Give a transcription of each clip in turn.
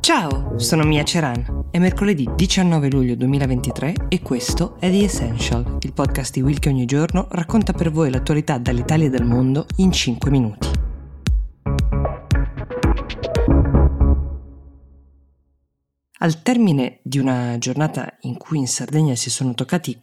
Ciao, sono Mia Ceran. È mercoledì 19 luglio 2023 e questo è The Essential, il podcast di Will che ogni giorno racconta per voi l'attualità dall'Italia e dal mondo in 5 minuti. Al termine di una giornata in cui in Sardegna si sono toccati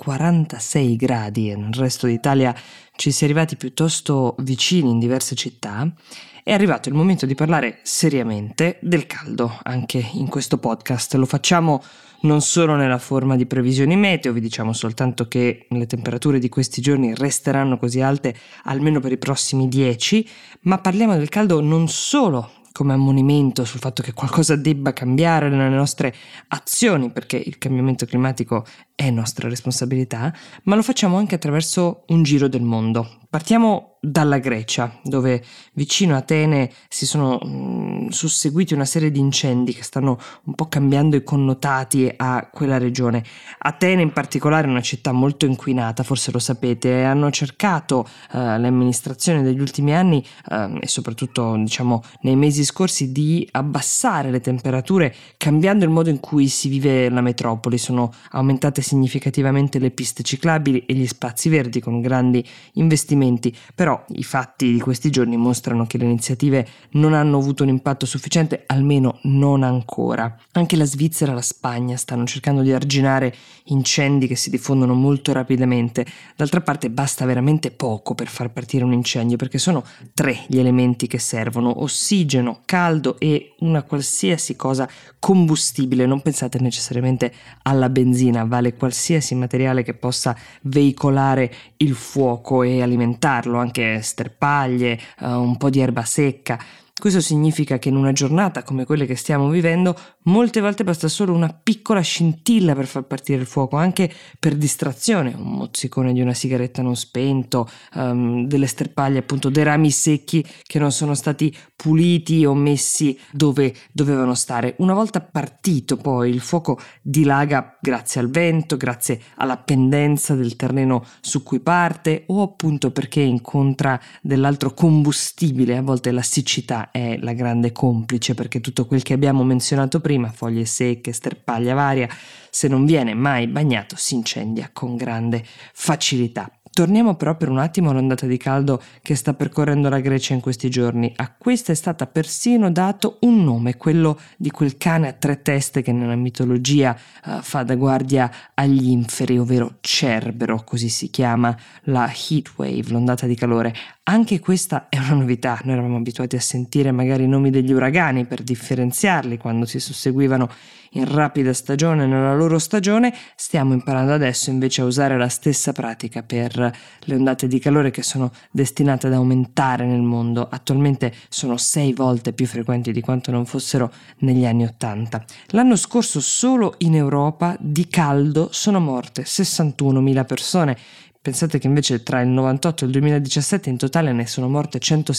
46 gradi e nel resto d'Italia ci si è arrivati piuttosto vicini in diverse città, è arrivato il momento di parlare seriamente del caldo anche in questo podcast. Lo facciamo non solo nella forma di previsioni meteo, vi diciamo soltanto che le temperature di questi giorni resteranno così alte almeno per i prossimi 10, ma parliamo del caldo non solo come ammonimento sul fatto che qualcosa debba cambiare nelle nostre azioni, perché il cambiamento climatico è nostra responsabilità, ma lo facciamo anche attraverso un giro del mondo. Partiamo dalla Grecia, dove vicino a Atene si sono susseguiti una serie di incendi che stanno un po' cambiando i connotati a quella regione. Atene in particolare è una città molto inquinata, forse lo sapete, e hanno cercato le amministrazioni degli ultimi anni e soprattutto nei mesi scorsi di abbassare le temperature cambiando il modo in cui si vive la metropoli. Sono aumentate significativamente le piste ciclabili e gli spazi verdi con grandi investimenti, però i fatti di questi giorni mostrano che le iniziative non hanno avuto un impatto sufficiente, almeno non ancora. Anche la Svizzera e la Spagna stanno cercando di arginare incendi che si diffondono molto rapidamente. D'altra parte basta veramente poco per far partire un incendio, perché sono 3 gli elementi che servono: ossigeno, caldo e una qualsiasi cosa combustibile. Non pensate necessariamente alla benzina, vale qualsiasi materiale che possa veicolare il fuoco e alimentarlo, anche sterpaglie, un po' di erba secca. Questo significa che in una giornata come quelle che stiamo vivendo molte volte basta solo una piccola scintilla per far partire il fuoco, anche per distrazione, un mozzicone di una sigaretta non spento, delle sterpaglie, appunto dei rami secchi che non sono stati puliti o messi dove dovevano stare. Una volta partito poi il fuoco dilaga grazie al vento, grazie alla pendenza del terreno su cui parte o appunto perché incontra dell'altro combustibile. A volte la siccità è la grande complice, perché tutto quel che abbiamo menzionato prima, foglie secche, sterpaglia varia, se non viene mai bagnato si incendia con grande facilità. Torniamo però per un attimo all'ondata di caldo che sta percorrendo la Grecia in questi giorni. A questa è stata persino dato un nome, quello di quel cane a 3 teste che nella mitologia fa da guardia agli inferi, ovvero Cerbero, così si chiama la heat wave, l'ondata di calore. Anche questa è una novità. Noi eravamo abituati a sentire magari i nomi degli uragani per differenziarli quando si susseguivano in rapida stagione nella loro stagione. Stiamo imparando adesso invece a usare la stessa pratica per le ondate di calore che sono destinate ad aumentare nel mondo. Attualmente sono 6 volte più frequenti di quanto non fossero negli anni 80. L'anno scorso solo in Europa di caldo sono morte 61.000 persone. Pensate che invece tra il 98 e il 2017 in totale ne sono morte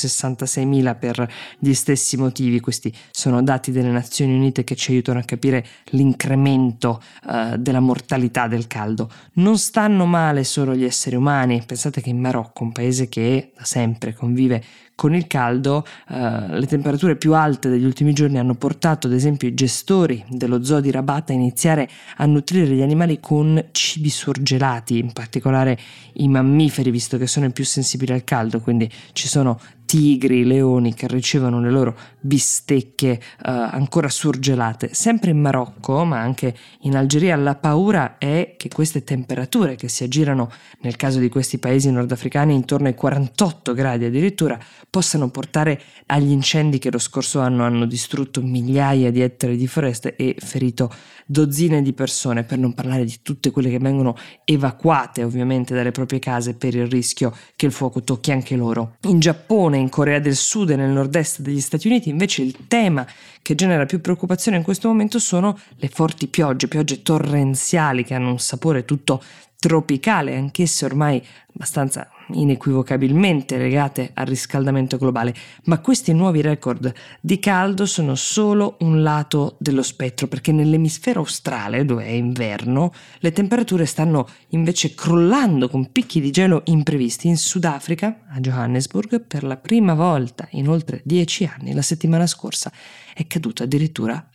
166.000 per gli stessi motivi. Questi sono dati delle Nazioni Unite che ci aiutano a capire l'incremento della mortalità del caldo. Non stanno male solo gli esseri umani. Pensate che in Marocco, un paese che da sempre convive con il caldo, le temperature più alte degli ultimi giorni hanno portato ad esempio i gestori dello zoo di Rabat a iniziare a nutrire gli animali con cibi surgelati, in particolare i mammiferi, visto che sono i più sensibili al caldo. Quindi ci sono tigri, leoni che ricevono le loro bistecche ancora surgelate. Sempre in Marocco, ma anche in Algeria, la paura è che queste temperature, che si aggirano nel caso di questi paesi nordafricani intorno ai 48 gradi addirittura, possano portare agli incendi che lo scorso anno hanno distrutto migliaia di ettari di foreste e ferito dozzine di persone, per non parlare di tutte quelle che vengono evacuate ovviamente dalle proprie case per il rischio che il fuoco tocchi anche loro. In Giappone, in Corea del Sud e nel nord-est degli Stati Uniti invece il tema che genera più preoccupazione in questo momento sono le forti piogge torrenziali che hanno un sapore tutto tropicale, anch'esse ormai abbastanza inequivocabilmente legate al riscaldamento globale. Ma questi nuovi record di caldo sono solo un lato dello spettro, perché nell'emisfero australe, dove è inverno, le temperature stanno invece crollando con picchi di gelo imprevisti. In Sudafrica, a Johannesburg, per la prima volta in oltre 10 anni, la settimana scorsa è caduto addirittura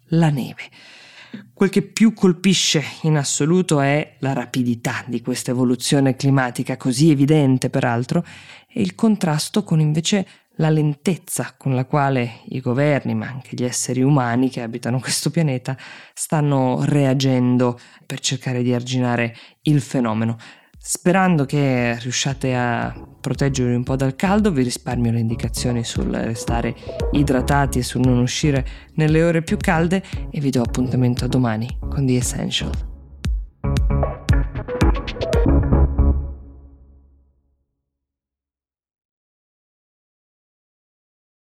la neve. Quel che più colpisce in assoluto è la rapidità di questa evoluzione climatica, così evidente peraltro, e il contrasto con invece la lentezza con la quale i governi, ma anche gli esseri umani che abitano questo pianeta, stanno reagendo per cercare di arginare il fenomeno. Sperando che riusciate a proteggervi un po' dal caldo, vi risparmio le indicazioni sul restare idratati e sul non uscire nelle ore più calde e vi do appuntamento a domani con The Essential.